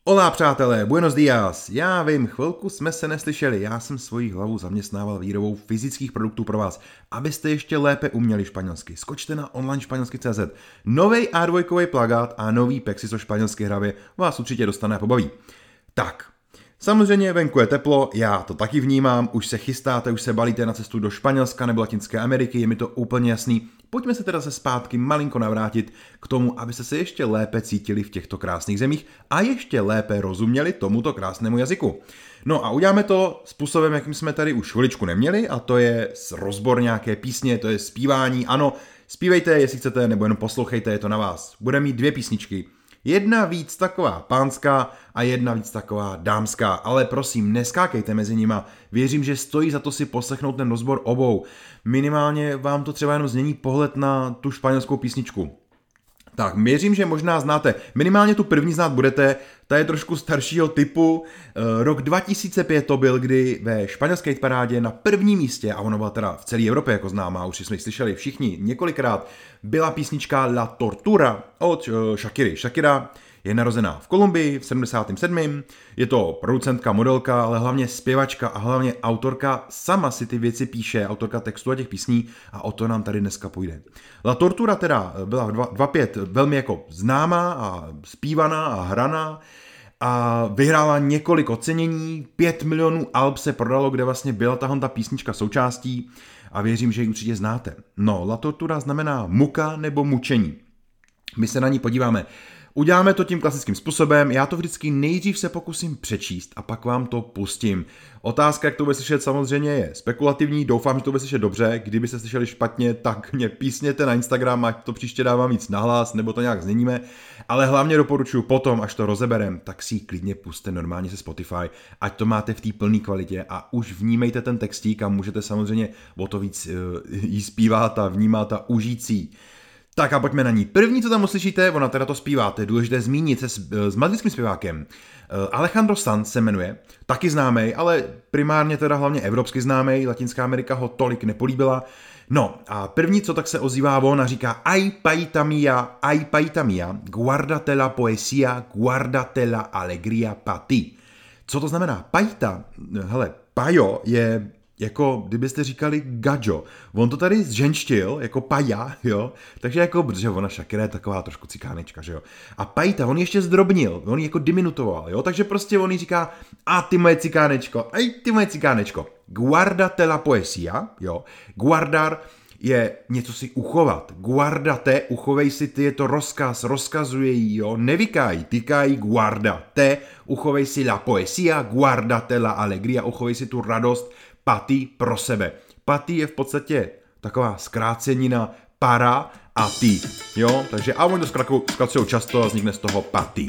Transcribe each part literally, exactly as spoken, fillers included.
Olá přátelé, buenos días. Já vím, chvilku jsme se neslyšeli, já jsem svoji hlavu zaměstnával výrobou fyzických produktů pro vás, abyste ještě lépe uměli španělsky. Skočte na online španělsky tečka cé zet. Novej á dva plagát a nový Pexiso španělsky hravě vás určitě dostane a pobaví. Tak, samozřejmě venku je teplo, já to taky vnímám, už se chystáte, už se balíte na cestu do Španělska nebo Latinské Ameriky, je mi to úplně jasný. Pojďme se teda se zpátky malinko navrátit k tomu, abyste se ještě lépe cítili v těchto krásných zemích a ještě lépe rozuměli tomuto krásnému jazyku. No a uděláme to způsobem, jakým jsme tady už chviličku neměli, a to je rozbor nějaké písně, to je zpívání. Ano, zpívejte, jestli chcete, nebo jenom poslouchejte, je to na vás. Budeme mít dvě písničky. Jedna víc taková pánská a jedna víc taková dámská, ale prosím, neskákejte mezi nima. Věřím, že stojí za to si poslechnout ten rozbor obou. Minimálně vám to třeba jenom změní pohled na tu španělskou písničku. Tak, věřím, že možná znáte, minimálně tu první znát budete, ta je trošku staršího typu. Rok dva tisíce pět to byl, kdy ve španělské parádě na prvním místě, a ono byla teda v celé Evropě jako známá, už jsme ji slyšeli všichni několikrát, byla písnička La Tortura od Shakiry. Shakira je narozená v Kolumbii v sedmdesátém sedmém Je to producentka, modelka, ale hlavně zpěvačka a hlavně autorka. Sama si ty věci píše, autorka textu a těch písní, a o to nám tady dneska půjde. La Tortura teda byla v dva tisíce pět velmi jako známá a zpívaná a hraná a vyhrála několik ocenění, pět milionů alb se prodalo, kde vlastně byla tahle ta písnička součástí, a věřím, že ji určitě znáte. No, La Tortura znamená muka nebo mučení. My se na ní podíváme. Uděláme to tím klasickým způsobem, já to vždycky nejdřív se pokusím přečíst a pak vám to pustím. Otázka, jak to bude slyšet, samozřejmě je spekulativní, doufám, že to bude slyšet dobře, kdyby se slyšeli špatně, tak mě písněte na Instagram, ať to příště dávám víc nahlas, nebo to nějak změníme, ale hlavně doporučuji potom, až to rozeberem, tak si ji klidně puste normálně se Spotify, ať to máte v té plné kvalitě a už vnímejte ten textík a můžete samozřejmě o to víc uh, jí zpívat a vnímat a užít si. Tak a pojďme na ní. První, co tam uslyšíte, ona teda to zpívá, to je důležité zmínit se s, s madridským zpěvákem. Alejandro Sanz se jmenuje, taky známej, ale primárně teda hlavně evropsky známej, Latinská Amerika ho tolik nepolíbila. No a první, co tak se ozývá on a říká Ay paita mía, ay paita mía, guárdate la poesía, guárdate la alegría pa ti. Co to znamená? Paita, hele, pajo je jako kdybyste říkali gajo. On to tady zženštil, jako paja, jo, takže jako, protože ona Shakira je taková trošku cikánečka, že jo. A paita, on ještě zdrobnil, on ji jako diminutoval, jo, takže prostě on jí říká, a ty moje cikánečko, aj ty moje cikánečko, guardate la poesia, jo, guardar je něco si uchovat, guardate, uchovej si ty, je to rozkaz, rozkazuje jí, jo, nevykaj, tykaj, guardate, uchovej si la poesia, guardate la alegria, uchovej si tu radost, Pati pro sebe. Pati je v podstatě taková zkrácenina para a ty, jo, takže a oni to zkracují často a vznikne z toho pati.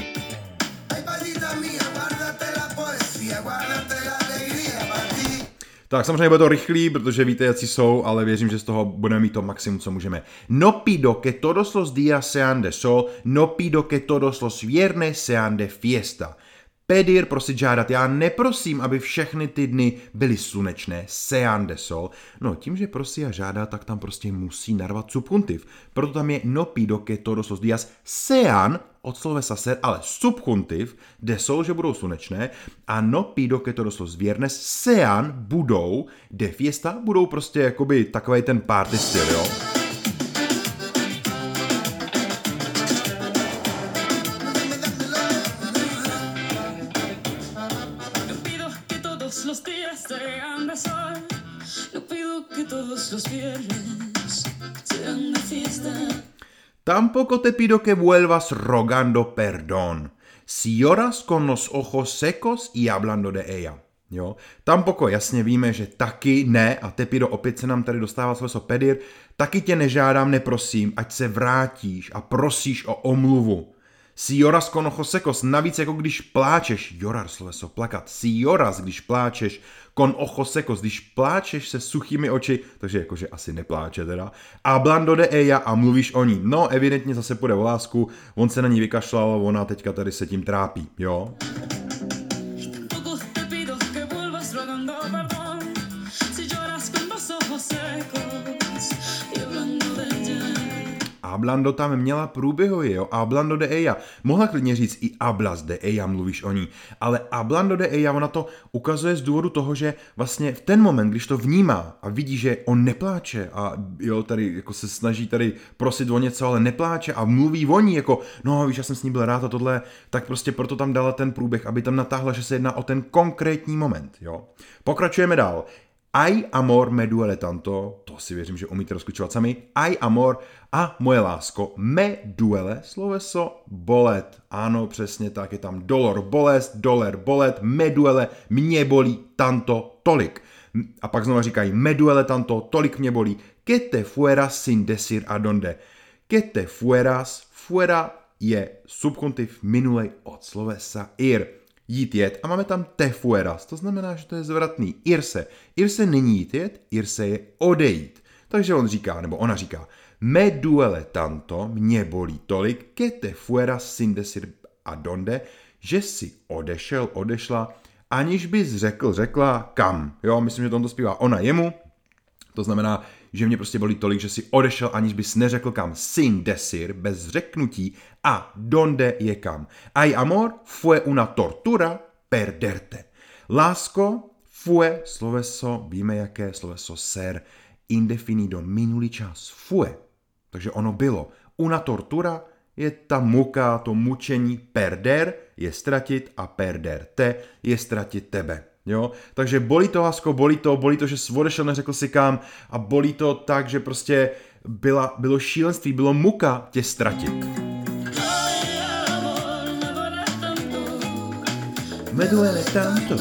Tak samozřejmě bude to rychlý, protože víte, jaký jsou, ale věřím, že z toho budeme mít to maximum, co můžeme. No pido que todos los días sean de sol, no pido que todos los viernes sean de fiesta. Pedir, prosit, žádat. Já neprosím, aby všechny ty dny byly slunečné, sean de sol. No, tím, že prosí a žádá, tak tam prostě musí narvat subjuntiv. Proto tam je no pido que todos los días sean, od slovesa ser, ale subjuntiv, de sol, že budou slunečné, a no pido que todos los viernes sean, budou, de fiesta, budou prostě jakoby takovej ten party styl, jo. Tampoco te pido que vuelvas rogando perdón. Si lloras con los ojos secos y hablando de ella. Jo? Tampoco jasně víme, že taky ne, a te pido opět se nám tady dostává sloveso pedir, taky tě nežádám, neprosím, ať se vrátíš a prosíš o omluvu. Si lloras con ojos secos, navíc jako když pláčeš, llorar sloveso plakat, si lloras, když pláčeš, con ojos secos, když pláčeš se suchými oči, takže jakože asi nepláče teda, hablando de ella a mluvíš o ní. No, evidentně zase půjde o lásku, on se na ní vykašlal, ona teďka tady se tím trápí, jo. Hablando tam měla průběhově, jo, hablando de ella. Mohla klidně říct i hablas de ella, mluvíš o ní, ale hablando de ella, ona to ukazuje z důvodu toho, že vlastně v ten moment, když to vnímá a vidí, že on nepláče a jo, tady jako se snaží tady prosit o něco, ale nepláče a mluví o ní, jako no víš, já jsem s ní byl rád a tohle, tak prostě proto tam dala ten průběh, aby tam natáhla, že se jedná o ten konkrétní moment, jo. Pokračujeme dál. Ay amor me duele tanto, to si věřím, že umíte rozklíčovat sami. Ay amor a moje lásko, me duele, sloveso bolet. Ano, přesně tak, je tam dolor bolest, doler bolet, me duele, mě bolí tanto, tolik. A pak znovu říkají, me duele tanto, tolik mě bolí. Que te fueras sin decir a donde. Que te fueras, fuera je subjuntiv minulej od slovesa ir. Jít jet a máme tam te fueras, to znamená, že to je zvratný. Irse. Irse není jít jet, irse je odejít. Takže on říká, nebo ona říká, me duele tanto, mě bolí tolik, que te fueras sin decir a donde, že si odešel, odešla, aniž bys řekl, řekla kam. Jo, myslím, že to zpívá ona jemu, to znamená, že mě prostě bolí tolik, že si odešel, aniž bys neřekl kam. Sin decir, bez řeknutí, a donde je kam. Ay amor fue una tortura perderte. Lásko, fue, sloveso, víme jaké, sloveso ser, indefinido, minulý čas, fue. Takže ono bylo. Una tortura je ta muka, to mučení, perder je ztratit a perderte je ztratit tebe. Jo? Takže bolí to, lásko, bolí to, bolí to, že jsi odešel, neřekl si kam a bolí to tak, že prostě byla, bylo šílenství, bylo muka tě ztratit. Me duele tanto.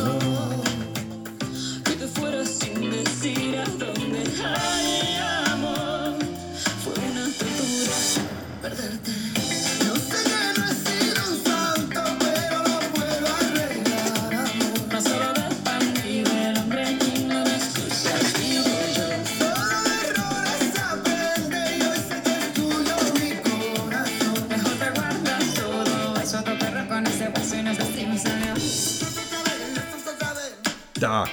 Tak,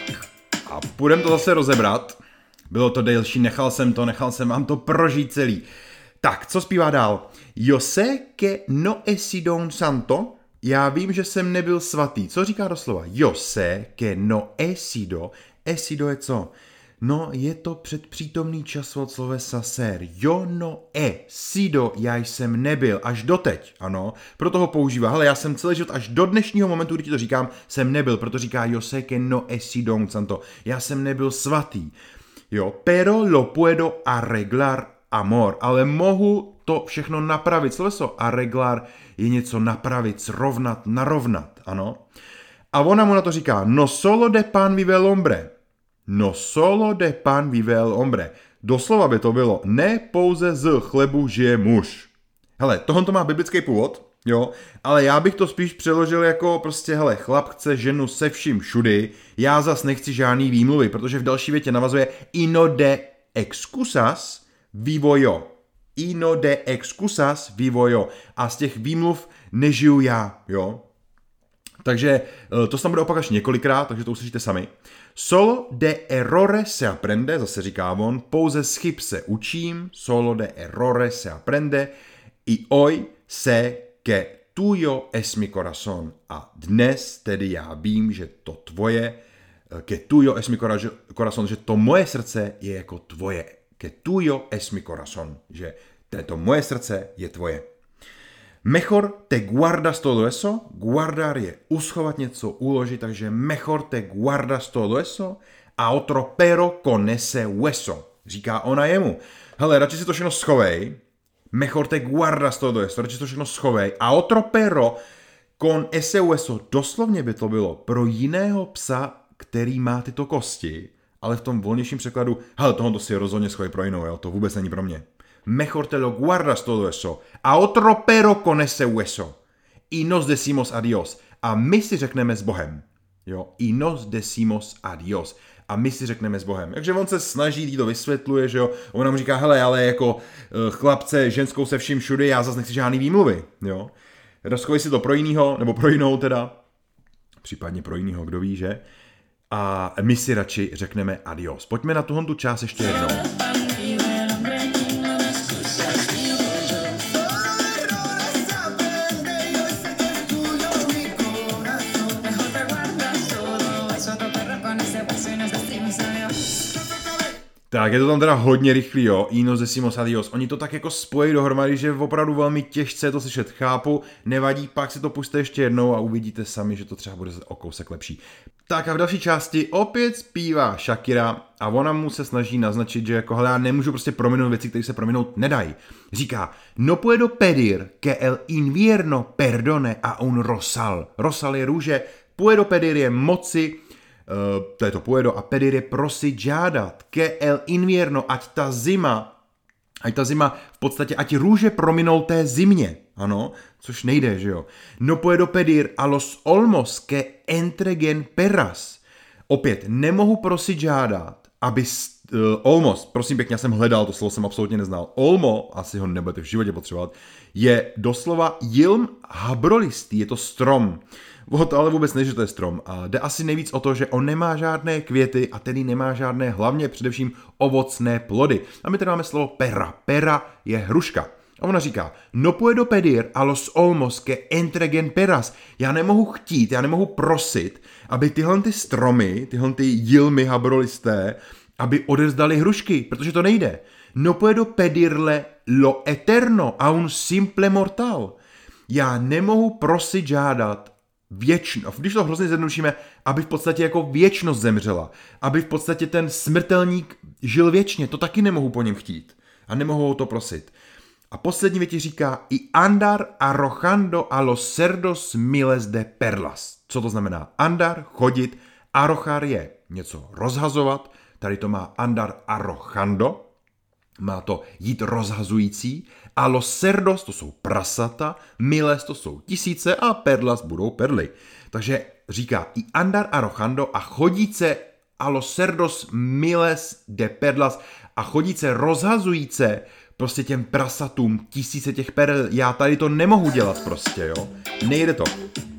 a půjdeme to zase rozebrat. Bylo to delší, nechal jsem to, nechal jsem vám to prožít celý. Tak, co zpívá dál? Yo sé que no he sido un santo. Já vím, že jsem nebyl svatý. Co říká doslova? Yo sé que no he sido. He sido je co? No, je to předpřítomný čas od slovesa ser. Yo no he sido, já jsem nebyl, až doteď, ano. Proto ho používá. Hele, já jsem celý život až do dnešního momentu, kdy ti to říkám, jsem nebyl, proto říká yo sé que no he sido un santo. Já jsem nebyl svatý. Jo, pero lo puedo arreglar amor, ale mohu to všechno napravit. Sloveso arreglar je něco napravit, srovnat, narovnat, ano. A ona mu na to říká, no solo de pan vive el hombre. No solo de pan vive el hombre. Doslova by to bylo, ne pouze z chlebu žije muž. Hele, tohle to má biblický původ, jo, ale já bych to spíš přeložil jako prostě, hele, chlap chce ženu se vším všudy, já zas nechci žádný výmluvy, protože v další větě navazuje ino de excusas vivo yo. Ino de excusas vivo yo. A z těch výmluv nežiju já, jo. Takže to se tam bude opakovat několikrát, takže to uslyšíte sami. Solo de errore se aprende, zase říká on, pouze z chyb se učím, solo de errore se aprende, y hoy sé que tuyo es mi corazón. A dnes tedy já vím, že to tvoje, que tuyo es mi corazón, že to moje srdce je jako tvoje. Que tuyo es mi corazón, že to moje srdce je tvoje. Mejor te guardas todo eso, guardar je uschovat něco, uložit, takže mejor te guardas todo eso a otro pero con ese hueso, říká ona jemu. Hele, radši si to všechno schovej, mejor te guardas todo eso, radši si to všechno schovej a otro pero con ese hueso, doslovně by to bylo pro jiného psa, který má tyto kosti, ale v tom volnějším překladu, hele, tohoto si rozhodně schovej pro jinou, jo, to vůbec není pro mě. Mejor te lo guardas todo eso. A otro pero con ese hueso. Y nos decimos adiós. A my si řekneme s Bohem. Jo? Y nos decimos adiós. A my si řekneme s Bohem. Takže on se snaží, jí to vysvětluje, že jo. On mu říká, hele, ale jako chlapce, ženskou se vším všude, já zase nechci žádný výmluvy. Jo? Rozchovej si to pro jinýho, nebo pro jinou teda. Případně pro jinýho, kdo ví, že? A my si radši řekneme adiós. Pojďme na tuhle tu část ještě jednou. Tak je to tam teda hodně rychlý, jo, y nos decimos adiós. Oni to tak jako spojí dohromady, že opravdu velmi těžce je to slyšet, chápu, nevadí, pak si to puste ještě jednou a uvidíte sami, že to třeba bude o kousek lepší. Tak a v další části opět zpívá Shakira a ona mu se snaží naznačit, že jako hele, já nemůžu prostě prominout věci, které se prominout nedají. Říká, no puedo pedir que el invierno perdone a un rosal. Rosal je růže, puedo pedir je moci, Uh, to je to puedo a pedir je prosit, žádat, que el invierno, ať ta zima, ať ta zima v podstatě, ať růže prominou té zimě, ano, což nejde, že jo. No puedo pedir a los olmos que entreguen perras. Opět, nemohu prosit žádat, aby uh, olmos, prosím pěkně, já jsem hledal, to slovo jsem absolutně neznal, olmo, asi ho nebudete v životě potřebovat, je doslova jilm habrolistý, je to strom. O to ale vůbec ne, že to je strom. A jde asi nejvíc o to, že on nemá žádné květy a tedy nemá žádné, hlavně především ovocné plody. A my tady máme slovo pera. Pera je hruška. A ona říká, no puedo pedir a los olmos que entreguen peras. Já nemohu chtít, já nemohu prosit, aby tyhle ty stromy, tyhle ty jilmy habrolisté, aby odevzdali hrušky, protože to nejde. No puedo pedirle lo eterno a un simple mortal. Já nemohu prosit žádat věčno, když to hrozně zjednodušíme, aby v podstatě jako věčnost zemřela, aby v podstatě ten smrtelník žil věčně, to taky nemohu po něm chtít a nemohu ho to prosit. A poslední větě říká i andar arrojando a los cerdos miles de perlas. Co to znamená? Andar, chodit, arrojar je něco rozhazovat, tady to má andar arrojando, má to jít rozhazující, a los cerdos, to jsou prasata, miles, to jsou tisíce a perlas budou perly. Takže říká i andar arrojando a chodit se a los cerdos miles de perlas a chodit se rozhazujíce prostě těm prasatům tisíce těch perl. Já tady to nemohu dělat prostě, jo. Nejde to.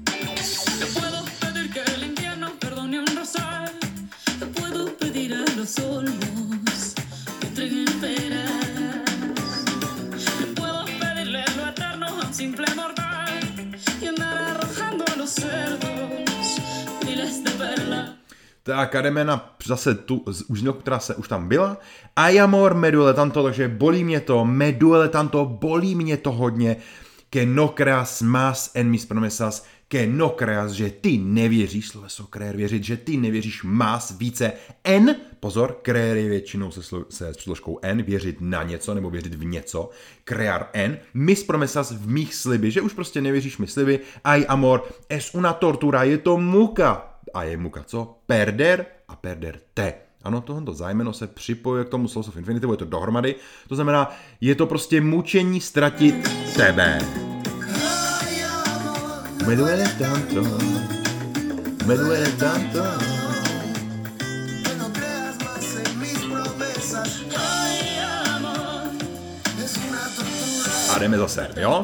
Tak a jdeme na zase tu úznělku, která se už tam byla. Ay amor, me duele tanto, takže bolí mě to, me duele tanto, bolí mě to hodně, que no creas más en mis promesas, que no creas, že ty nevěříš, sloveso creer, věřit, že ty nevěříš más, více, en, pozor, creer je většinou se, slo, se s předložkou en, věřit na něco nebo věřit v něco, crear en, mis promesas v mých sliby, že už prostě nevěříš mi sliby, ay amor, es una tortura, je to muka. A je muka co? Perder a perder te. Ano, tohoto zájmeno se připojuje k tomu Souls of Infinity, je to dohromady. To znamená, je to prostě mučení ztratit tebe. Me duele tanto, me duele tanto. A jdeme zase, jo?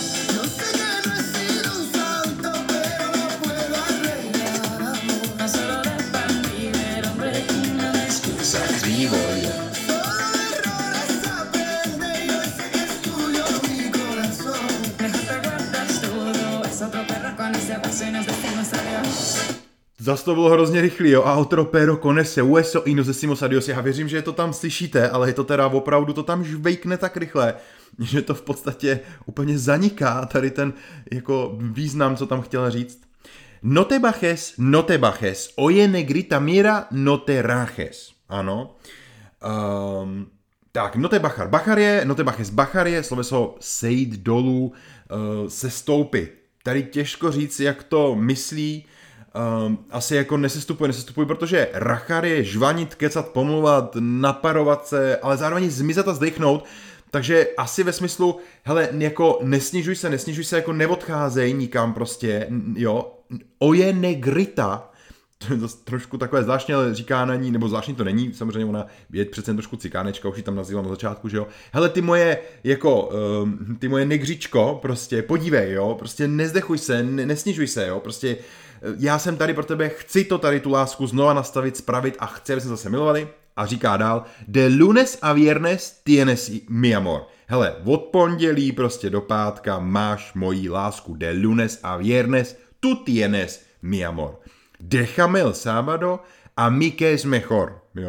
Zas to bylo hrozně rychlý, jo, a otro pero conese, hueso y nos decimos adiós. Já věřím, že to tam slyšíte, ale je to teda opravdu, to tam žvejkne tak rychle, že to v podstatě úplně zaniká, tady ten jako význam, co tam chtěla říct. No te bajes, no te bajes, oye negrita mira, no te rajes. Ano. Um, tak, no te bachar, bachar je, no te bajes, bachar je, sloveso sejít dolů, uh, sestoupit. Tady těžko říct, jak to myslí, um, asi jako nesestupuj, nesestupuj, protože rachar je žvanit, kecat, pomluvat, naparovat se, ale zároveň zmizet a zdechnout, takže asi ve smyslu, hele, jako nesnižuj se, nesnižuj se, jako neodcházej nikam prostě, jo, oje negrita, to je trošku takové zvláštně, ale říká na ní, nebo zvláštní to není, samozřejmě ona je přece trošku cikánečka, už ji tam nazývám na začátku, že jo. Hele, ty moje, jako, um, ty moje negřičko, prostě podívej, jo, prostě nezdechuj se, ne, nesnižuj se, jo, prostě já jsem tady pro tebe, chci to tady tu lásku znova nastavit, spravit a chci, aby jsme zase milovali. A říká dál, de lunes a viernes tienes mi amor. Hele, od pondělí prostě do pátka máš moji lásku, de lunes a viernes tu tienes mi amor. Déjame el sábado a mí que es mejor, jo.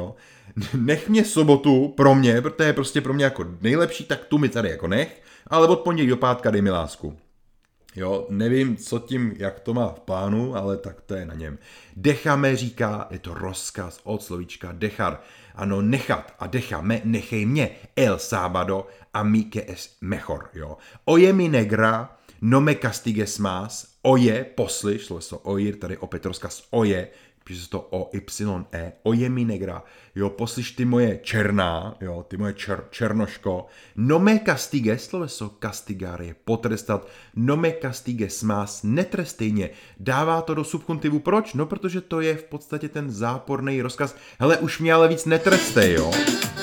nech mě sobotu pro mě, protože je prostě pro mě jako nejlepší, tak tu mi tady jako nech, ale od pondělí do pátka dej mi lásku. Jo, nevím, co tím, jak to má v plánu, ale tak to je na něm. Decháme říká, je to rozkaz od slovíčka dechar. Ano, nechat a decháme, nechej mě, el sábado a mi que es mejor, jo. Oje mi negra, no me castigues más, oje, poslyš, sloveso oír, tady opět rozkaz oje, píše se to o y e, oje mi negra, jo, poslyš ty moje černá, jo, ty moje čer, černoško, no me castigues, sloveso castigar je potrestat, no me castigues más, netrestejně, dává to do subjuntivu, proč? No, protože to je v podstatě ten záporný rozkaz, hele, už mě ale víc netrestej, jo.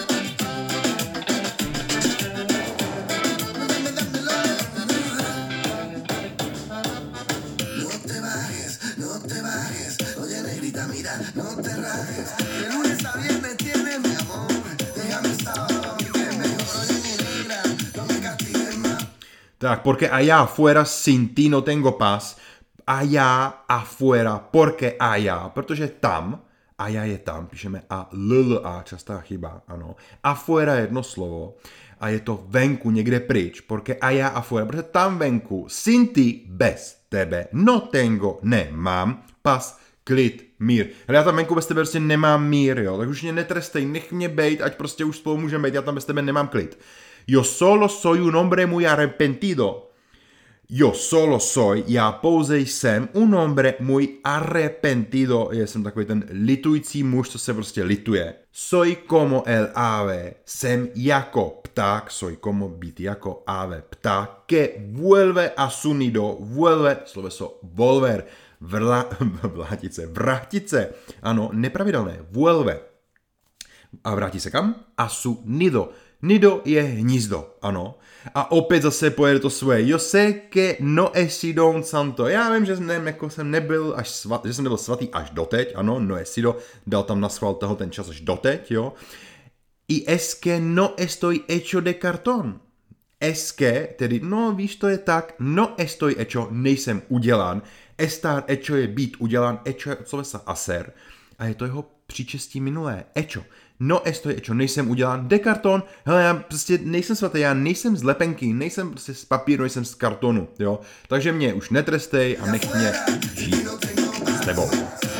Tak, porque allá afuera sin ti no tengo paz. Allá afuera, porque allá, protože tam, allá je tam, píšeme a l a, častá chyba, ano. Afuera je jedno slovo a je to venku, někde pryč, porque allá afuera, protože tam venku, sin ti, bez tebe, no tengo, nemám, paz, klid, mír. Ale já tam venku bez tebe prostě nemám mír, jo, tak už mě netrestej, nech mě bejt, ať prostě už spolu můžeme bejt, já tam bez tebe nemám klid. Yo solo soy un hombre muy arrepentido. Yo solo soy, já pouze jsem, un hombre muy arrepentido. Já jsem takový ten litující muž, co se prostě lituje. Soy como el ave, jsem jako pták, soy como být jako ave, pták, que vuelve a su nido, vuelve, sloveso volver, vrla, vrátit se, vrátit se, ano, nepravidelné, vuelve. A vrátí se kam? A su nido. Nido je hnízdo, ano. A opět zase pojede to svoje. Yo sé que no he sido un santo. Já vím, že jsem, jako jsem nebyl až svat, že jsem nebyl svatý až doteď, ano, no he sido, dal tam na schvál toho ten čas až doteď, jo. Y es que no estoy hecho de cartón. Es que, tedy, no víš, to je tak, no estoy hecho, nejsem udělán. Estar hecho je být udělán, hecho je od slovesa hacer. A je to jeho příčestí minulé, hecho. No estoy hecho, nejsem udělán de karton, hele, já prostě nejsem svatý, já nejsem z lepenky, nejsem prostě z papíru, nejsem z kartonu, jo. Takže mě už netrestej a nech mě žít s tebou.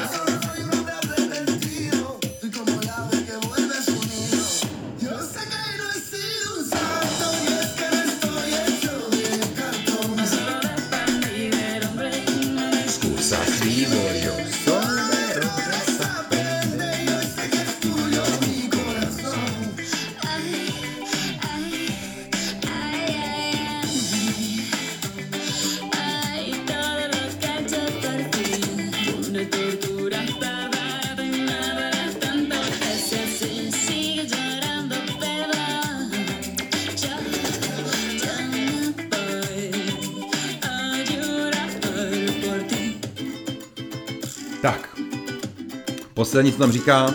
Tak, poslední, co nám říká,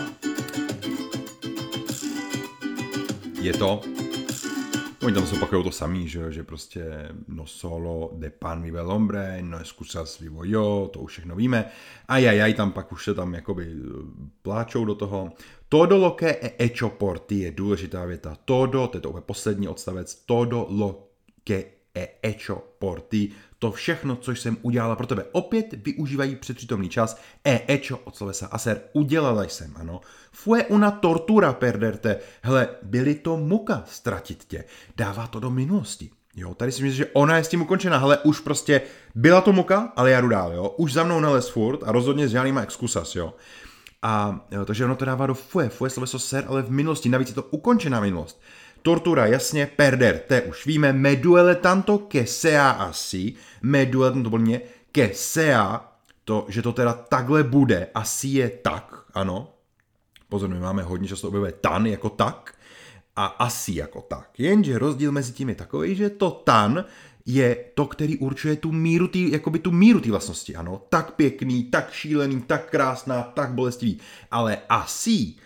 je to, oni tam se opakují to samý, že, že prostě no solo de pan vive el hombre, no excusas vivo yo, to už všechno víme, a jajaj, tam pak už se tam jakoby pláčou do toho. Todo lo que he hecho por ti je důležitá věta, todo, to je to úplně poslední odstavec, todo lo que he hecho por ti, to všechno, co jsem udělala pro tebe. Opět využívají předpřítomný čas. He hecho od slovesa hacer. Udělala jsem, ano. Fue una tortura perderte. Hele, byly to muka ztratit tě. Dává to do minulosti. Jo, tady si myslím, že ona je s tím ukončena. Hele, už prostě byla to muka, ale já jdu dál, jo. Už za mnou nelez furt a rozhodně s žádnýma excusas, jo. A jo, takže ono to dává do fue. Fue sloveso ser, ale v minulosti. Navíc je to ukončená minulost. Tortura, jasně, perder, to už víme, me duele tanto que sea así, me duele tanto bolně, que sea, to, že to teda takhle bude, asi je tak, ano. Pozor, my máme hodně často objevuje tan jako tak a asi jako tak. Jenže rozdíl mezi tím je takový, že to tan je to, který určuje tu míru tý, jakoby tu míru té vlastnosti, ano. Tak pěkný, tak šílený, tak krásná, tak bolestivý. Ale asi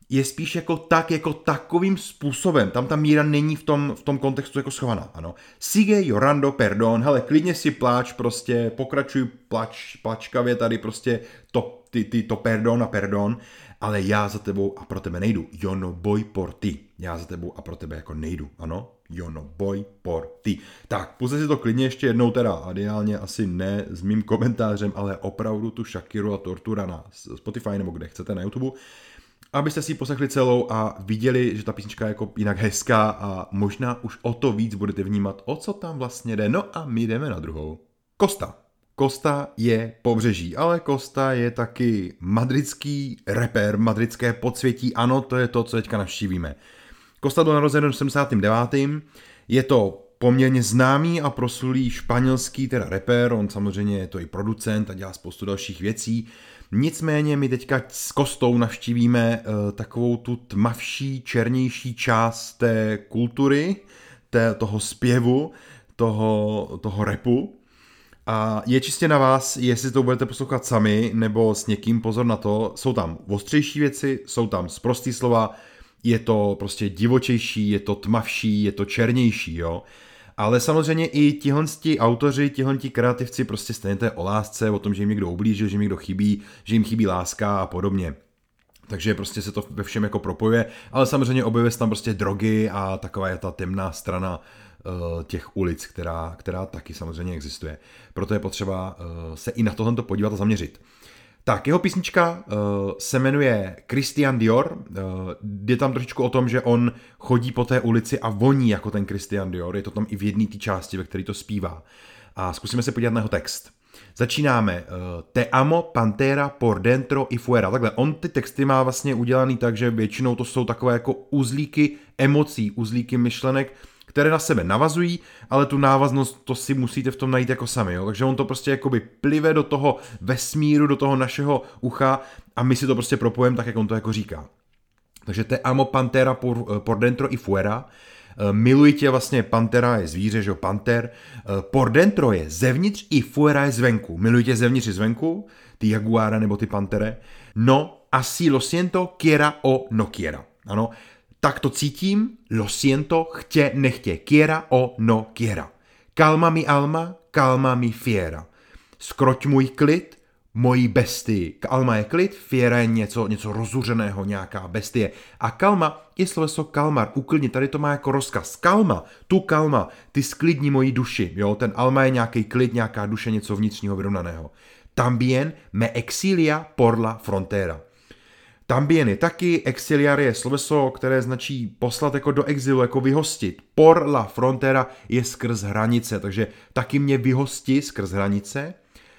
je spíš jako tak, jako takovým způsobem. Tam ta míra není v tom, v tom kontextu jako schovaná, ano. Sigue llorando, perdón, hele, klidně si pláč, prostě pokračuj plač, plačkavě tady prostě to, ty, ty, to perdón a perdón, ale já za tebou a pro tebe nejdu. Yo no voy por ti. Já za tebou a pro tebe jako nejdu, ano. Yo no voy por ti. Tak, pusťte si to klidně ještě jednou teda, ideálně asi ne s mým komentářem, ale opravdu tu Shakiru a Tortura na Spotify nebo kde chcete na YouTube, abyste si ji poslechli celou a viděli, že ta písnička je jako jinak hezká a možná už o to víc budete vnímat, o co tam vlastně jde. No a my jdeme na druhou. Costa. Costa je pobřeží, ale Costa je taky madridský rapper, madridské podsvětí. Ano, to je to, co teďka navštívíme. Costa byl narozen v sedmdesátém devátém Je to poměrně známý a proslulý španělský teda rapper, on samozřejmě je to i producent a dělá spoustu dalších věcí. Nicméně my teďka s Costou navštívíme uh, takovou tu tmavší, černější část té kultury, té, toho zpěvu, toho, toho rapu. A je čistě na vás, jestli to budete poslouchat sami nebo s někým, pozor na to, jsou tam ostřejší věci, jsou tam sprostý slova, je to prostě divočejší, je to tmavší, je to černější, jo. Ale samozřejmě i tihle autoři, tihle kreativci prostě stejně to je o lásce, o tom, že jim někdo ublížil, že jim někdo chybí, že jim chybí láska a podobně. Takže prostě se to ve všem jako propojuje, ale samozřejmě objevuje se tam prostě drogy a taková je ta temná strana uh, těch ulic, která, která taky samozřejmě existuje. Proto je potřeba uh, se i na tohle podívat a zaměřit. Tak, jeho písnička uh, se jmenuje Christian Dior, uh, je tam trošičku o tom, že on chodí po té ulici a voní jako ten Christian Dior, je to tam i v jedné té části, ve které to zpívá. A zkusíme se podívat na jeho text. Začínáme. Uh, Te amo, pantera, por dentro y fuera. Takhle, on ty texty má vlastně udělaný tak, že většinou to jsou takové jako uzlíky emocí, uzlíky myšlenek, které na sebe navazují, ale tu návaznost to si musíte v tom najít jako sami. Jo? Takže on to prostě jakoby plive do toho vesmíru, do toho našeho ucha a my si to prostě propojeme tak, jak on to jako říká. Takže te amo pantera por, por dentro y fuera. Miluji tě, vlastně pantera je zvíře, že jo, panter. Por dentro je zevnitř i fuera je zvenku. Miluji tě zevnitř i zvenku, ty jaguára nebo ty pantere. No, así lo siento, quiera o no quiera. Ano, tak to cítím, lo siento, chtě, nechtě, quiera o no quiera. Calma mi alma, calma mi fiera. Skroť můj klid, mojí bestii. Calma je klid, fiera je něco, něco rozuřeného, nějaká bestie. A calma je sloveso kalmar, uklidni, tady to má jako rozkaz. Calma, tu calma, ty sklidni moji duši. Jo? Ten alma je nějaký klid, nějaká duše, něco vnitřního vyrovnaného. Tambien me exilia por la frontera. Tambien je taky, exiliar je sloveso, které značí poslat jako do exilu, jako vyhostit. Por la frontera je skrz hranice, takže taky mě vyhosti skrz hranice.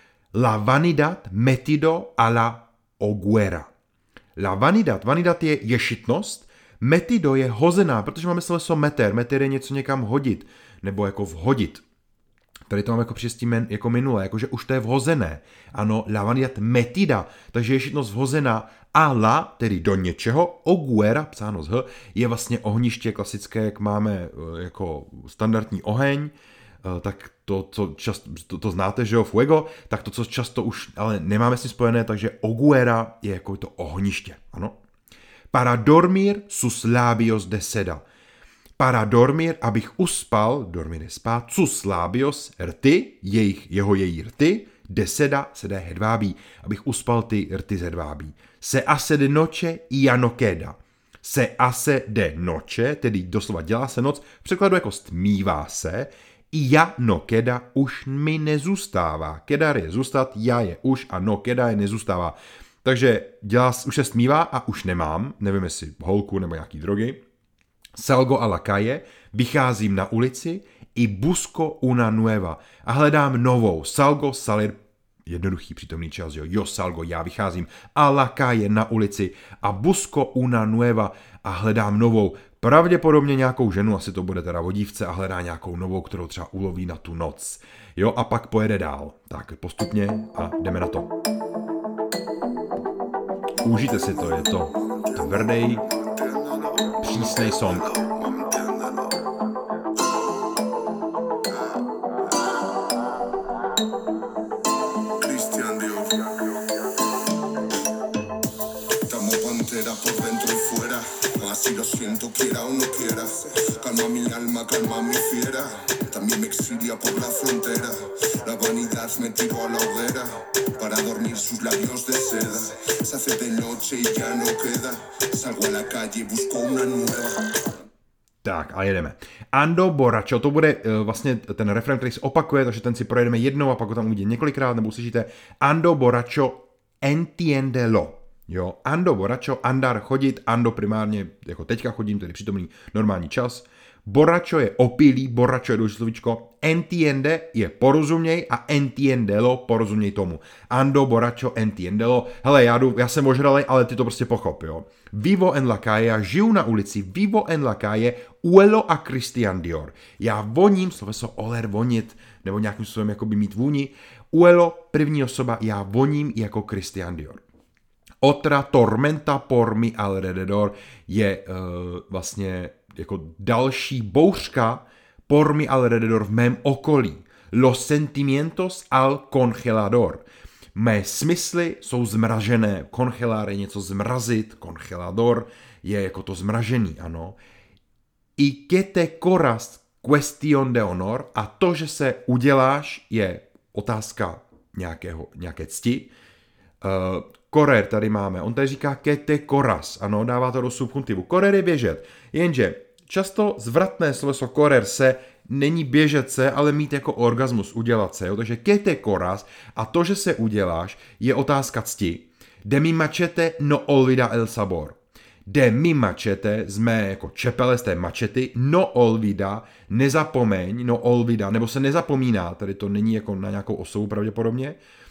La vanidad metido a la hoguera. La vanidad, vanidad je ješitnost, metido je hozená, protože máme sloveso meter, meter je něco někam hodit, nebo jako vhodit. Tady to mám jako přijistí jako minule, jakože už to je vhozené. Ano, la vanidad metida, takže ješitnost vhozená a la, tedy do něčeho, hoguera, psáno z h, je vlastně ohniště klasické, jak máme jako standardní oheň, tak to, co často, to, to znáte, že jo, fuego, tak to, co často už ale nemáme s tím spojené, takže hoguera je jako to ohniště, ano. Para dormir sus labios de seda. Para dormir, abych uspal, dormir je spát, sus labios, rty, jejich, jeho její rty, de seda, seda je hedvábí, abych uspal ty rty z hedvábí. Se hace de noche y ya no queda. Se hace de noche, tedy doslova dělá se noc, v překladu jako stmívá se, i ja no queda už mi nezůstává. Kedar je zůstat, já je už a no queda je nezůstává. Takže dělá, už se stmívá a už nemám, nevím jestli holku nebo nějaký drogy. Salgo a la calle, vycházím na ulici, i busco una nueva a hledám novou. Salgo, salir, jednoduchý přítomný čas, jo, jo salgo, já vycházím a la calle na ulici a busco una nueva a hledám novou. Pravděpodobně nějakou ženu, asi to bude teda vodívce a hledá nějakou novou, kterou třeba uloví na tu noc. Jo, a pak pojede dál. Tak postupně a jdeme na to. Užijte si to, je to tvrdý, přísnej song. Por dentro y fuera Así lo siento, quiera o no quiera. Calma mi alma, calma mi fiera. También me exilia por la frontera. La vanidad me tiró a la hoguera para dormir sus labios de seda. Se hace de noche y ya no queda. Salgo a la calle, busco una nueva. Tak a jedeme. Ando borracho, to bude uh, vlastně ten refrén, který se opakuje, takže ten si projedeme jednou a pak ho tam uvidíte několikrát, nebo uslyšíte Ando borracho entiéndelo. Jo, ando borracho, andar chodit, ando primárně, jako teďka chodím, tedy přítomný normální čas. Borracho je opilý, borracho je důležité slovíčko, entiende je porozuměj a entiendelo porozuměj tomu. Ando borracho entiendelo, hele, já, jdu, já jsem ožralej, ale ty to prostě pochop, jo. Vivo en la calle, já žiju na ulici, vivo en la calle, uelo a Christian Dior. Já voním, sloveso oler, vonit, nebo nějakým způsobem jakoby mít vůni. Uelo, první osoba, já voním jako Christian Dior. Otra tormenta por mi alrededor je uh, vlastně jako další bouřka por mi alrededor v mém okolí. Los sentimientos al congelador. Mé smysly jsou zmražené. Congelar je něco zmrazit, congelador je jako to zmražený, ano. Y que te corras cuestión de honor a to, že se uděláš, je otázka nějakého, nějaké cti. Uh, Correr tady máme, on tady říká que te corras, ano, dává to do subjuntivu. Correr je běžet, jenže často zvratné sloveso correr se není běžet se, ale mít jako orgasmus, udělat se, jo? Takže que te corras a to, že se uděláš, je otázka cti. De mi machete no olvida el sabor. De mi machete z mé jako čepele, z té mačety, no olvida, nezapomeň, no olvida, nebo se nezapomíná, tady to není jako na nějakou osobu pravděpodobně.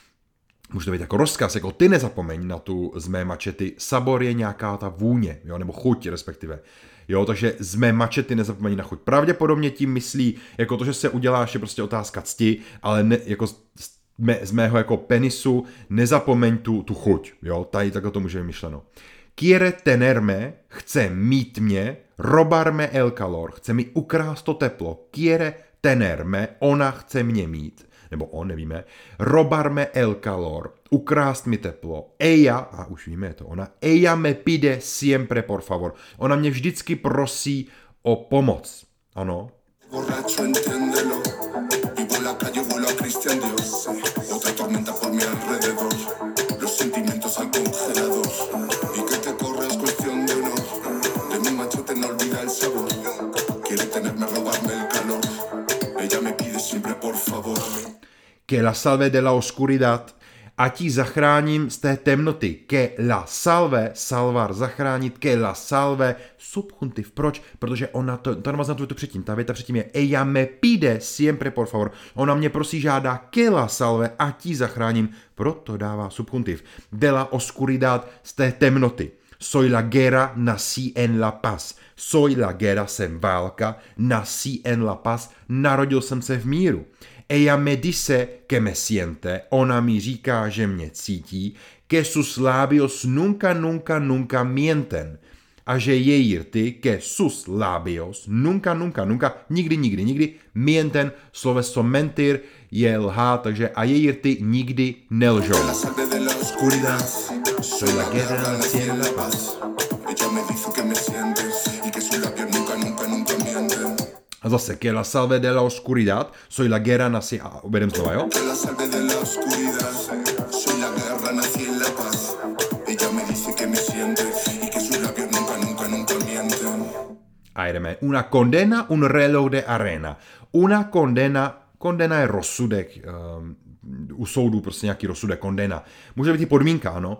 Může to být jako rozkaz, jako ty nezapomeň na tu z mé mačety, sabor je nějaká ta vůně, jo, nebo chuť respektive. Jo, takže z mé mačety nezapomeň na chuť. Pravděpodobně tím myslí, jako to, že se uděláš, je prostě otázka cti, ale ne, jako z, mé, z mého jako penisu nezapomeň tu, tu chuť. Jo, tady takhle to může být myšleno. Quiere tenerme, chce mít mě, robarme el calor, chce mi ukrást to teplo. Quiere tenerme, ona chce mě mít. Nebo on, nevíme, robarme el calor, ukrást mi teplo, ella, a už víme, je to ona, ella me pide siempre por favor, ona mě vždycky prosí o pomoc, ano. Borracho, entiéndelo, vivo en la calle, vuelo a Christian Dior, otra tormenta por mi alrededor, los sentimientos al congelador, y que te corres cuestión de honor, de mi machete no olvida el sabor, quiere tenerme, robarme el calor, ella me pide siempre por favor. Que la salve de la oscuridad, a ti zachráním z té temnoty. Que la salve, salvar, zachránit, que la salve, subjuntiv. Proč? Protože ona, to, to navazuje na to předtím, ta věta předtím je ella me pide siempre por favor. Ona mě prosí, žádá que la salve, a ti zachráním, proto dává subjuntiv. De la oscuridad, z té temnoty. Soy la guerra, nací en la paz. Soy la guerra, jsem válka, nací en la paz, narodil jsem se v míru. Ella me dice que me siente, ona mi říká, že mě cítí, que sus labios nunca, nunca, nunca mienten. A že její rty, que sus labios nunca, nunca, nunca, nikdy, nikdy, nikdy, mienten, sloveso mentir je lhát, takže a její rty nikdy nelžou. Oscuridad, soy la guerra, nací en la paz. Ella me dice que me sientes y que sus labios nunca, nunca, nunca mienten. A zase, que la salve de la oscuridad, soy la guerra, nací, a uvedem znova, jo? Que la salve de la oscuridad, soy la guerra, nací en la paz. Ella me dice que me siente y que sus labios nunca, nunca, nunca mienten. A jedeme. Una condena, un reloj de arena. Una condena, condena je rozsudek, um, u soudu prostě nějaký rozsudek, condena. Může být i podmínka, ano.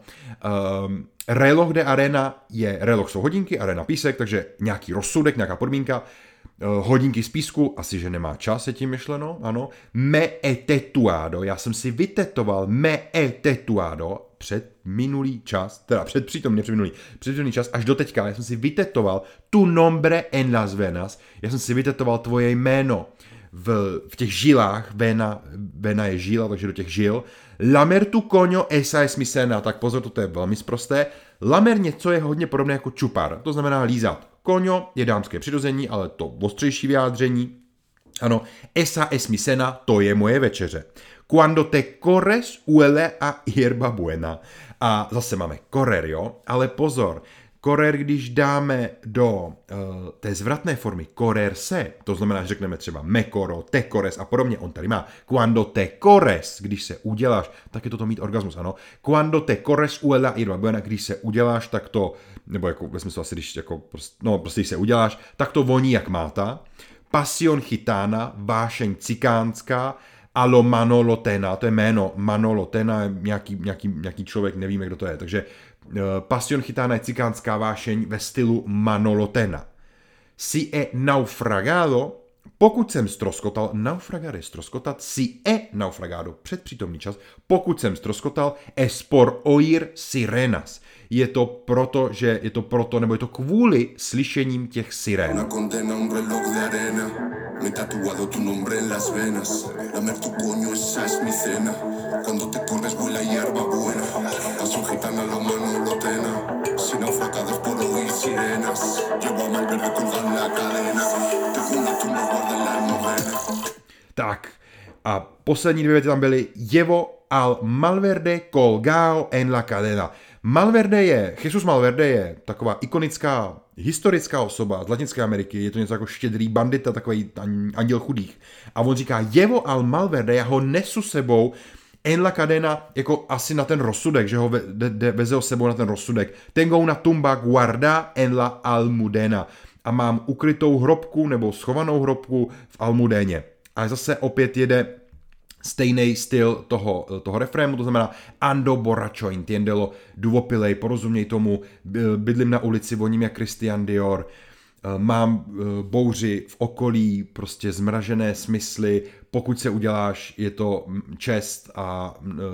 Um, reloj de arena je, reloj jsou hodinky, arena písek, takže nějaký rozsudek, nějaká podmínka. Hodinky z písku, asi, že nemá čas, je tím myšleno, ano. Me he tetuado, já jsem si vytetoval me he tetuado před minulý čas, teda před přítomný, před minulý, před minulý čas, až do teďka, já jsem si vytetoval tu nombre en las venas, já jsem si vytetoval tvoje jméno v, v těch žilách, vena, vena je žila, takže do těch žil. Lamer tu coño, esa es mi cena, tak pozor, toto je velmi sprosté. Lamer něco je hodně podobné jako čupar, to znamená lízat. Koňo je dámské přirození, ale to ostřejší vyjádření. Ano, esa es mi cena, to je moje večeře. Cuando te corres, huele a hierba buena. A zase máme correr, jo? Ale pozor, Correr, když dáme do uh, té zvratné formy correr se, to znamená, že řekneme třeba me corro, te corres a podobně, on tady má cuando te corres, když se uděláš, tak je to to mít orgasmus, ano. Cuando te corres huela hierba buena, když se uděláš, tak to, nebo jako ve smyslu asi, když jako, no prostě když se uděláš, tak to voní jak máta. Pasión gitana, vášeň cikánská, a lo Manolo Tena, to je jméno Manolo Tena, nějaký, nějaký, nějaký člověk, nevíme, kdo to je, takže uh, Pasión gitana je cikánská vášeň ve stylu Manolo Tena. Si e naufragado, pokud jsem stroskotal, naufragado je stroskotat, si e naufragado, předpřítomný čas, pokud jsem stroskotal, es por oír sirenas. Je to proto, že je to proto, nebo je to kvůli slyšením těch sirén. Una condena, un reloj de arena. Me he tatuado tu nombre en las venas. Lamer tu coño, esa es mi cena. Cuando te corres huele a hierba buena. Pasión gitana, lo Manolo Tena. Si naufragados por oír sirenas. Llevo a Malverde colgado en la cadena. Tengo una tumba guarda en la novena. Tak, a poslední dvě věty tam byly. Llevo al Malverde colgado en la cadena. Malverde je, Jesus Malverde je taková ikonická historická osoba z Latinské Ameriky, je to něco jako štědrý bandita, takový anděl chudých. A on říká, Llevo al Malverde, já ho nesu sebou en la cadena, jako asi na ten rozsudek, že ho ve, de, de, veze ho sebou na ten rozsudek. Tengo una tumba guarda en la Almudena. A mám ukrytou hrobku nebo schovanou hrobku v Almudéně. A zase opět jede stejný styl toho, toho refrému, to znamená ando borracho entiendelo, duvopilej, porozuměj tomu, bydlím na ulici, voním jak Christian Dior, mám bouři v okolí, prostě zmražené smysly, pokud se uděláš, je to čest a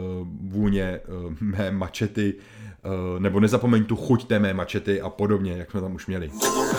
vůně mé mačety, nebo nezapomeň tu chuť té mé mačety a podobně, jak jsme tam už měli.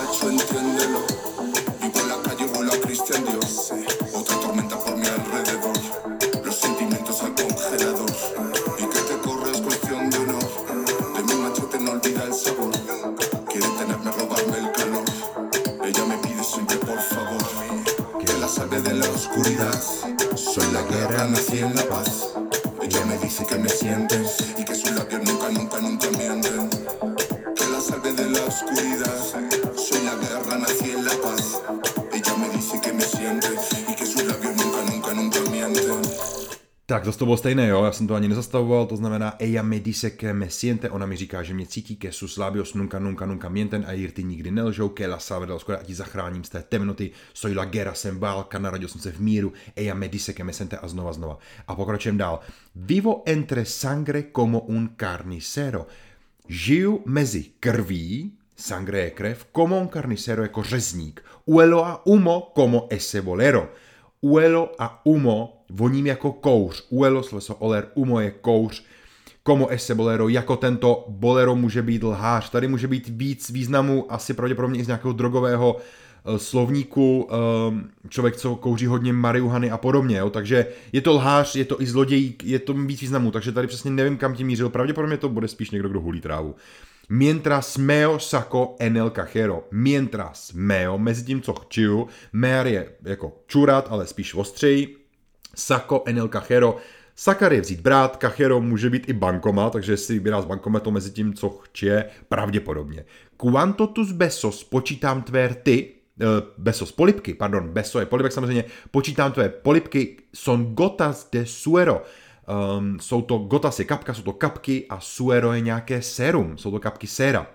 Soy la guerra, nací en la paz. Ella me dice que me sientes y que sus labios nunca, nunca, nunca mienten. Que la salve de la oscuridad. Soy la guerra, nací en la paz. Ella me dice que me sientes y que sus labios nunca, nunca, nunca mienten. Tak zase to bylo stejné, jo, já jsem to ani nezastavoval, to znamená ella me dice que me siente, ona mi říká, že mě cítí, que sus labios nunca, nunca, nunca mienten, a jirty nikdy nelžou, que la salve de la oscuridad, a ti zachráním z té temnoty, soy la guerra, jsem válka, narodil jsem se v míru, ella me dice que me siente a znova, znova. A pokračujem dál. Vivo entre sangre como un carnicero. Žiju mezi krví, sangre je krev, como un carnicero jako řezník. Huelo a humo como ese bolero. Huelo a humo, voním jako kouř. Huelo, sloveso oler, humo je kouř. Como ese bolero, jako tento bolero může být lhář. Tady může být víc významů, asi pravděpodobně i z nějakého drogového uh, slovníku. Uh, člověk, co kouří hodně marihuany a podobně. Jo? Takže je to lhář, je to i zlodějík, je to víc významů. Takže tady přesně nevím, kam tím mířil. Pravděpodobně to bude spíš někdo, kdo hulí trávu. Mientras meo saco en el cajero. Mientras meo, mezi tím, co chčiju. Mear je jako čurat, ale spíš ostřej. Saco en el cajero. Sakar je vzít brát, cajero může být i bankoma, takže si vybírá z bankometu mezi tím, co chčije, pravděpodobně. Cuanto tus besos, počítám tvé rty, uh, besos, polibky, pardon, beso je polibek samozřejmě, počítám tvé polibky, son gotas de suero. Um, jsou to gotas je kapka, jsou to kapky a suero je nějaké sérum, jsou to kapky séra.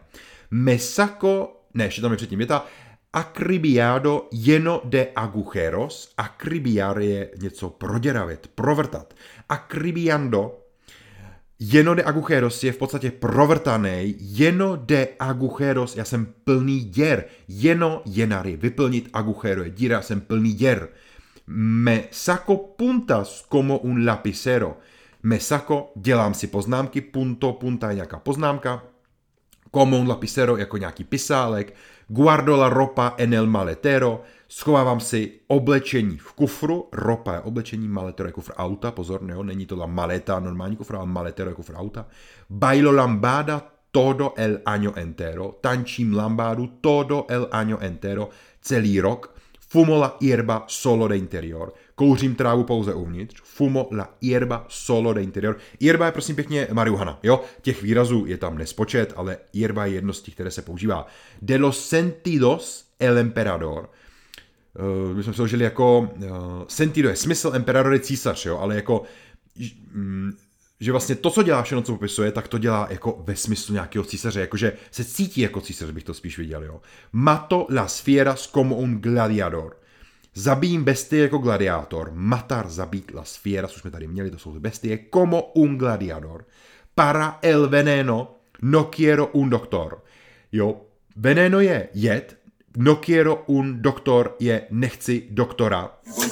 Mesaco, ne, ještě tam je předtím věta, acribiado lleno de agujeros, acribiar je něco proděravit, provrtat. Acribiando, lleno de agujeros je v podstatě provrtaný, lleno de agujeros, já jsem plný děr, lleno, llenar je vyplnit, agujero je díra, já jsem plný děr. Me saco puntas como un lapicero. Me saco, dělám si poznámky, punto, punta je nějaká poznámka, como un lapicero jako nějaký pisálek, guardo la ropa en el maletero, schovávám si oblečení v kufru, ropa je oblečení, maletero je kufr auta, pozor, ne, není to la maleta, normální kufr, ale maletero je kufr auta, bailo lambada todo el año entero, tančím lambádu todo el año entero, celý rok, fumo la hierba solo de interior, kouřím trávu pouze uvnitř, fumo la hierba solo de interior. Hierba je prosím pěkně marihuana, jo? Těch výrazů je tam nespočet, ale hierba je jedno z těch, které se používá. De los sentidos el emperador. Uh, my jsme přeložili jako uh, sentido je smysl, emperador je císař, jo? Ale jako mm, že vlastně to, co dělá všechno, co popisuje, tak to dělá jako ve smyslu nějakého císaře, jakože se cítí jako císař, bych to spíš viděl, jo. Mato las fieras como un gladiador. Zabijím bestie jako gladiátor. Matar, zabít las fieras, už jsme tady měli, to jsou bestie, como un gladiador. Para el veneno no quiero un doctor. Jo, veneno je jed, no quiero un doctor je nechci doktora.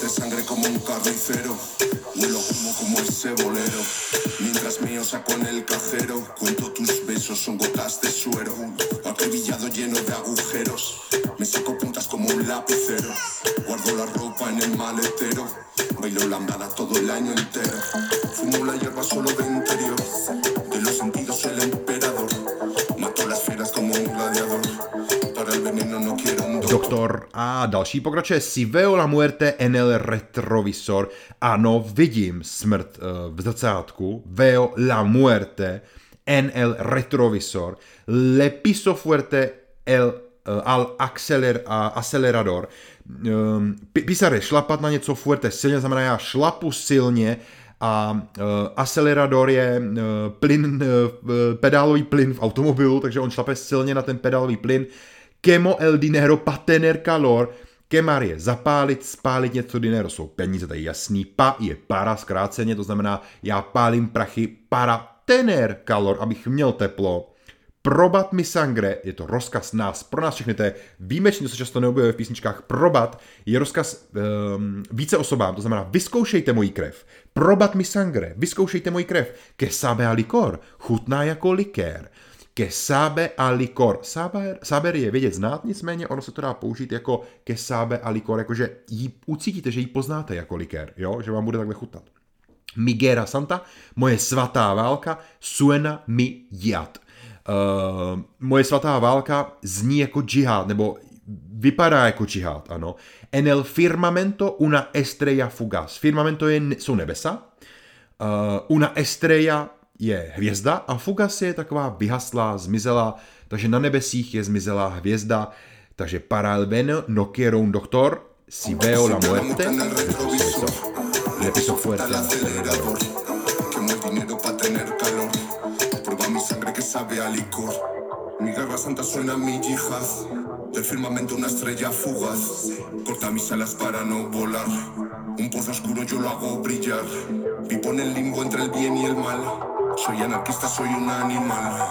Mientras mío saco en el cajero, cuento tus besos, son gotas de suero, acribillado lleno de agujeros, me saco puntas como un lapicero, guardo la ropa en el maletero, bailo lambada todo el año entero, fumo la hierba solo de interior, de los sentidos el emperador, mato las fieras como un gladiador, para el veneno no quiero un doctor. Doktor a další pokračuje. Si veo la muerte en el retrovisor. Ano, vidím smrt uh, v zrcátku. Veo la muerte en el retrovisor. Le piso fuerte el, uh, al acceler, uh, acelerador. Um, pisare, šlapat na něco fuerte silně, znamená já šlapu silně a uh, acelerador je uh, plyn, uh, pedálový plyn v automobilu, takže on šlape silně na ten pedálový plyn. Quemo el dinero pa tener calor. Quemar je zapálit, spálit něco, dinero jsou peníze, to je jasný. Pa je para, zkráceně, to znamená, já pálím prachy para tener calor, abych měl teplo. Probat mi sangre, je to rozkaz nás, pro nás všechny, to je výjimečně, to se často neobjevuje v písničkách. Probat je rozkaz um, více osobám, to znamená, vyzkoušejte moji krev. Probat mi sangre, vyzkoušejte moji krev. Que sabe a licor, chutná jako likér. Que sabe a licor. Saber, saber je vědět znát, nicméně ono se to dá použít jako que sabe a licor, jakože ji ucítíte, že ji poznáte jako likér, jo? Že vám bude takhle chutnat. Mi guerra santa, moje svatá válka, suena mi jihad. Uh, moje svatá válka zní jako džihad, nebo vypadá jako džihad, ano. En el firmamento una estrella fugaz. Firmamento je, jsou nebesa, uh, una estrella je hvězda a fugas je taková vyhaslá, zmizelá, takže na nebesích je zmizelá hvězda, takže para el veneno no quiero un doctor, si veo la muerte, le piso fuerte al acelerador, quemo el dinero pa tener calor, prueba mi sangre que sabe a licor, mi guerra santa suena mi yihad, del firmamento una estrella fugaz, corta mis alas para no volar, un pozo oscuro yo lo hago brillar, vivo en el limbo entre el bien y el mal. Soy anarquista, soy un animal.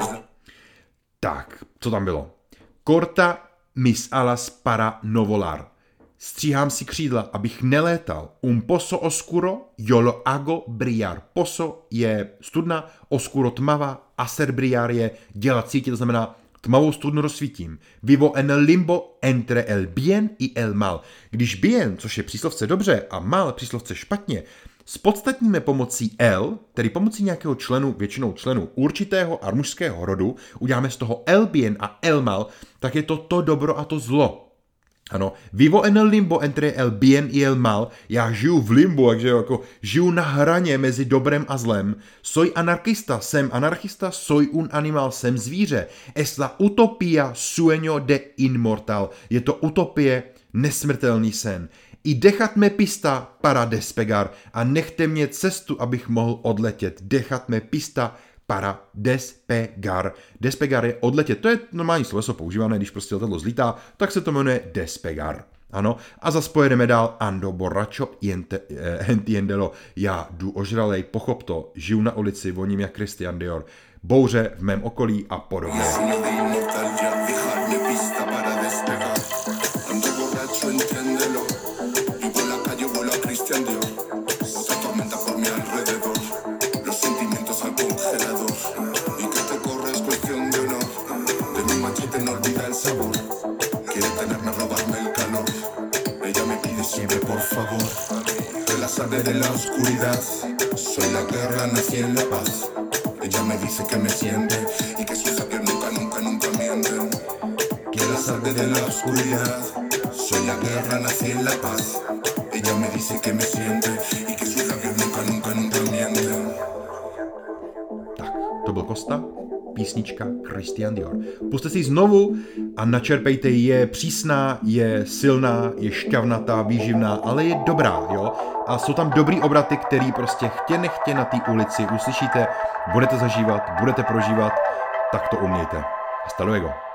Tak, co tam bylo? Corta mis alas para no volar. Stříhám si křídla, abych nelétal. Un pozo oscuro, yo lo hago brillar. Pozo je studna, oscuro tmavá, hacer brillar je dělat cítit, to znamená tmavou studnu rozsvítím. Vivo en el limbo entre el bien y el mal. Když bien, což je příslovce dobře, a mal, příslovce špatně, spodstatníme pomocí el, tedy pomocí nějakého členu, většinou členu určitého a mužského rodu, uděláme z toho el bien a el mal, tak je to to dobro a to zlo. Ano, vivo en el limbo entre el bien y el mal, já žiju v limbu, takže jako žiju na hraně mezi dobrem a zlem. Soy anarchista, jsem anarchista, soy un animal, jsem zvíře. Es la utopia sueño de inmortal, je to utopie, nesmrtelný sen. I dechat me pista para despegar a nechte mě cestu, abych mohl odletět. Dechat me pista para despegar. Despegar je odletět. To je normální sloveso používané, když prostě letadlo zlítá, tak se to jmenuje despegar. Ano, a zas pojedeme dál. Ando borracho entiendelo. Já jdu ožralej, pochop to, žiju na ulici, voním jak Christian Dior. Bouře v mém okolí a podobně. De la oscuridad, soy la guerra, nací en la paz. Ella me dice que me siente y que sus labios nunca, nunca, nunca mienten. Quiero salir de la oscuridad, soy la guerra, nací en la paz. Ella me dice que me siente y que sus labios nunca, nunca, nunca mienten. Tak, to byl Costa, písnička Christian Dior. Pusťte si ji znovu a načerpejte ji, je přísná, je silná, je šťavnatá, výživná, ale je dobrá, jo? A jsou tam dobrý obraty, který prostě chtě nechtě na té ulici uslyšíte, budete zažívat, budete prožívat, tak to umějte. Hasta luego.